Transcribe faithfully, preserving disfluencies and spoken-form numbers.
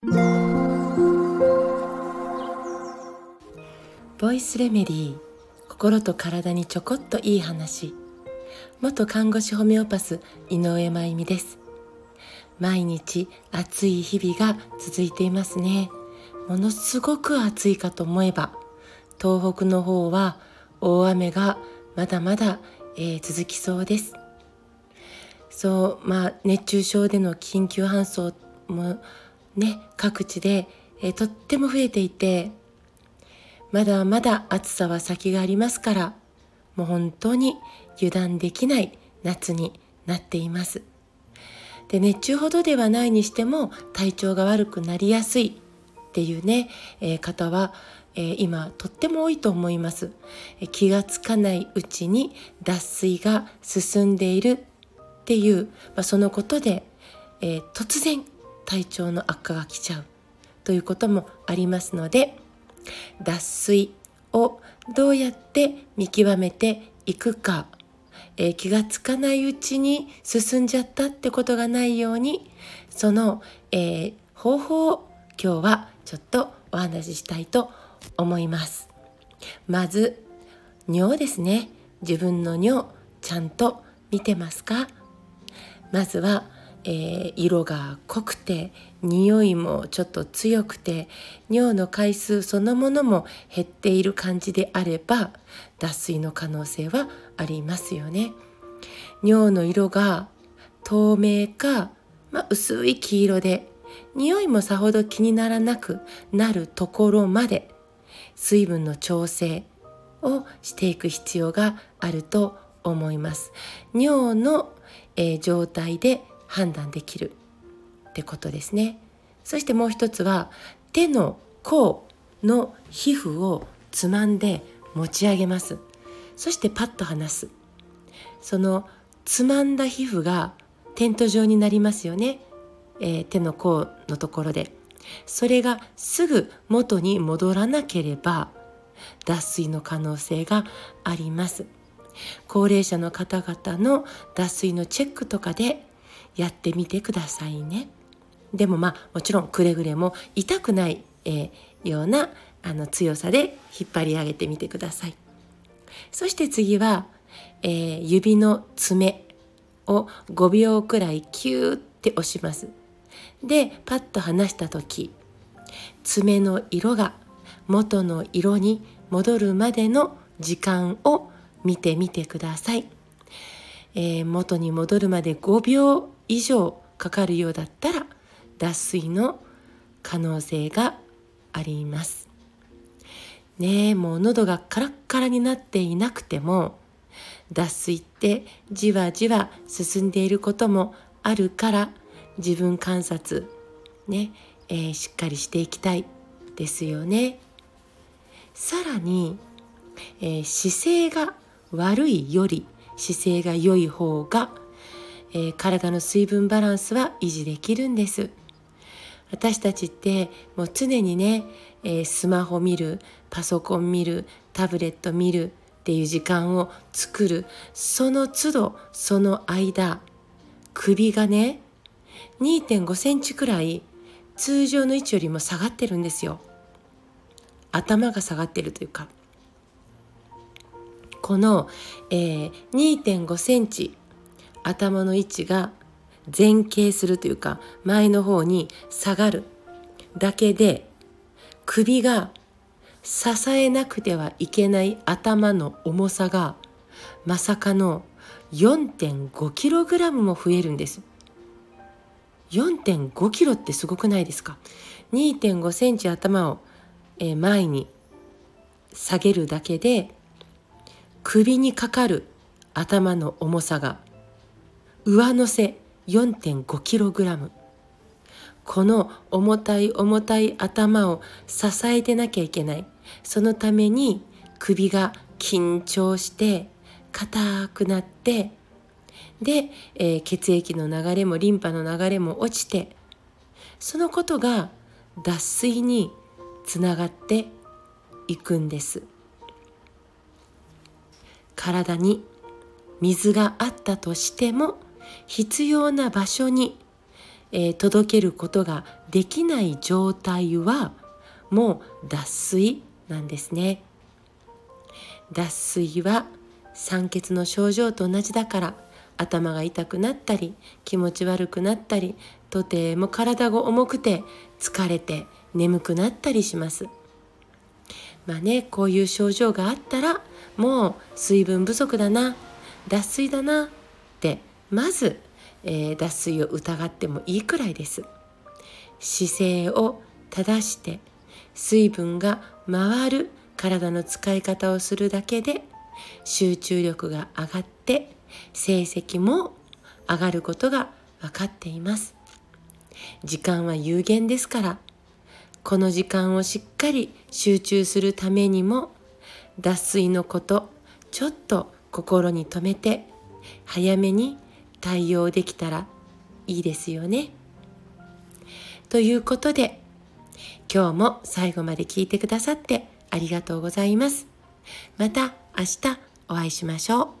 ボイスレメディー、心と体にちょこっといい話。元看護師ホメオパス井上真由美です。毎日暑い日々が続いていますね。ものすごく暑いかと思えば、東北の方は大雨がまだまだ、えー、続きそうです。そうまあ熱中症での緊急搬送もね、各地で、えー、とっても増えていて、まだまだ暑さは先がありますから、もう本当に油断できない夏になっています。で、熱中ほどではないにしても体調が悪くなりやすいっていうね、えー、方は、えー、今とっても多いと思います。えー、気がつかないうちに脱水が進んでいるっていう、まあ、そのことで、えー、突然体調の悪化が来ちゃうということもありますので、脱水をどうやって見極めていくか、えー、気がつかないうちに進んじゃったってことがないように、その、えー、方法を今日はちょっとお話ししたいと思います。まず尿ですね。自分の尿ちゃんと見てますか？まずはえー、色が濃くて匂いもちょっと強くて尿の回数そのものも減っている感じであれば脱水の可能性はありますよね。尿の色が透明か、まあ、薄い黄色で匂いもさほど気にならなくなるところまで水分の調整をしていく必要があると思います。尿の、えー、状態で判断できるってことですね。そしてもう一つは手の甲の皮膚をつまんで持ち上げます。そしてパッと離す。そのつまんだ皮膚がテント状になりますよね、えー、手の甲のところで。それがすぐ元に戻らなければ脱水の可能性があります。高齢者の方々の脱水のチェックとかでやってみてくださいね。でもまあもちろんくれぐれも痛くない、えー、ようなあの強さで引っ張り上げてみてください。そして次は、えー、指の爪をごびょうくらいキューって押します。でパッと離した時、爪の色が元の色に戻るまでの時間を見てみてください。えー、元に戻るまでごびょう以上かかるようだったら脱水の可能性がありますね。えもう喉がカラッカラになっていなくても脱水ってじわじわ進んでいることもあるから、自分観察ね、えー、しっかりしていきたいですよね。さらに、えー、姿勢が悪いより姿勢が良い方が、えー、体の水分バランスは維持できるんです。私たちってもう常にね、えー、スマホ見る、パソコン見る、タブレット見るっていう時間を作る。その都度その間、首がね にてんごセンチくらい通常の位置よりも下がってるんですよ。頭が下がってるというか、この、えー、にてんごセンチ頭の位置が前傾するというか前の方に下がるだけで、首が支えなくてはいけない頭の重さがまさかの よんてんごキログラム も増えるんです。 よんてんごキロってすごくないですか？ にてんごセンチ頭を、えー、前に下げるだけで首にかかる頭の重さが上乗せ よんてんごキログラム。 この重たい重たい頭を支えてなきゃいけない。そのために首が緊張して硬くなって、で、えー、血液の流れもリンパの流れも落ちて、そのことが脱水につながっていくんです。体に水があったとしても必要な場所にえー、届けることができない状態はもう脱水なんですね。脱水は酸欠の症状と同じだから、頭が痛くなったり気持ち悪くなったり、とても体が重くて疲れて眠くなったりします。まあね、こういう症状があったらもう水分不足だな、脱水だなってまず、えー、脱水を疑ってもいいくらいです。姿勢を正して水分が回る体の使い方をするだけで集中力が上がって成績も上がることが分かっています。時間は有限ですから、この時間をしっかり集中するためにも脱水のことちょっと心に留めて早めに対応できたらいいですよね。ということで、今日も最後まで聞いてくださってありがとうございます。また明日お会いしましょう。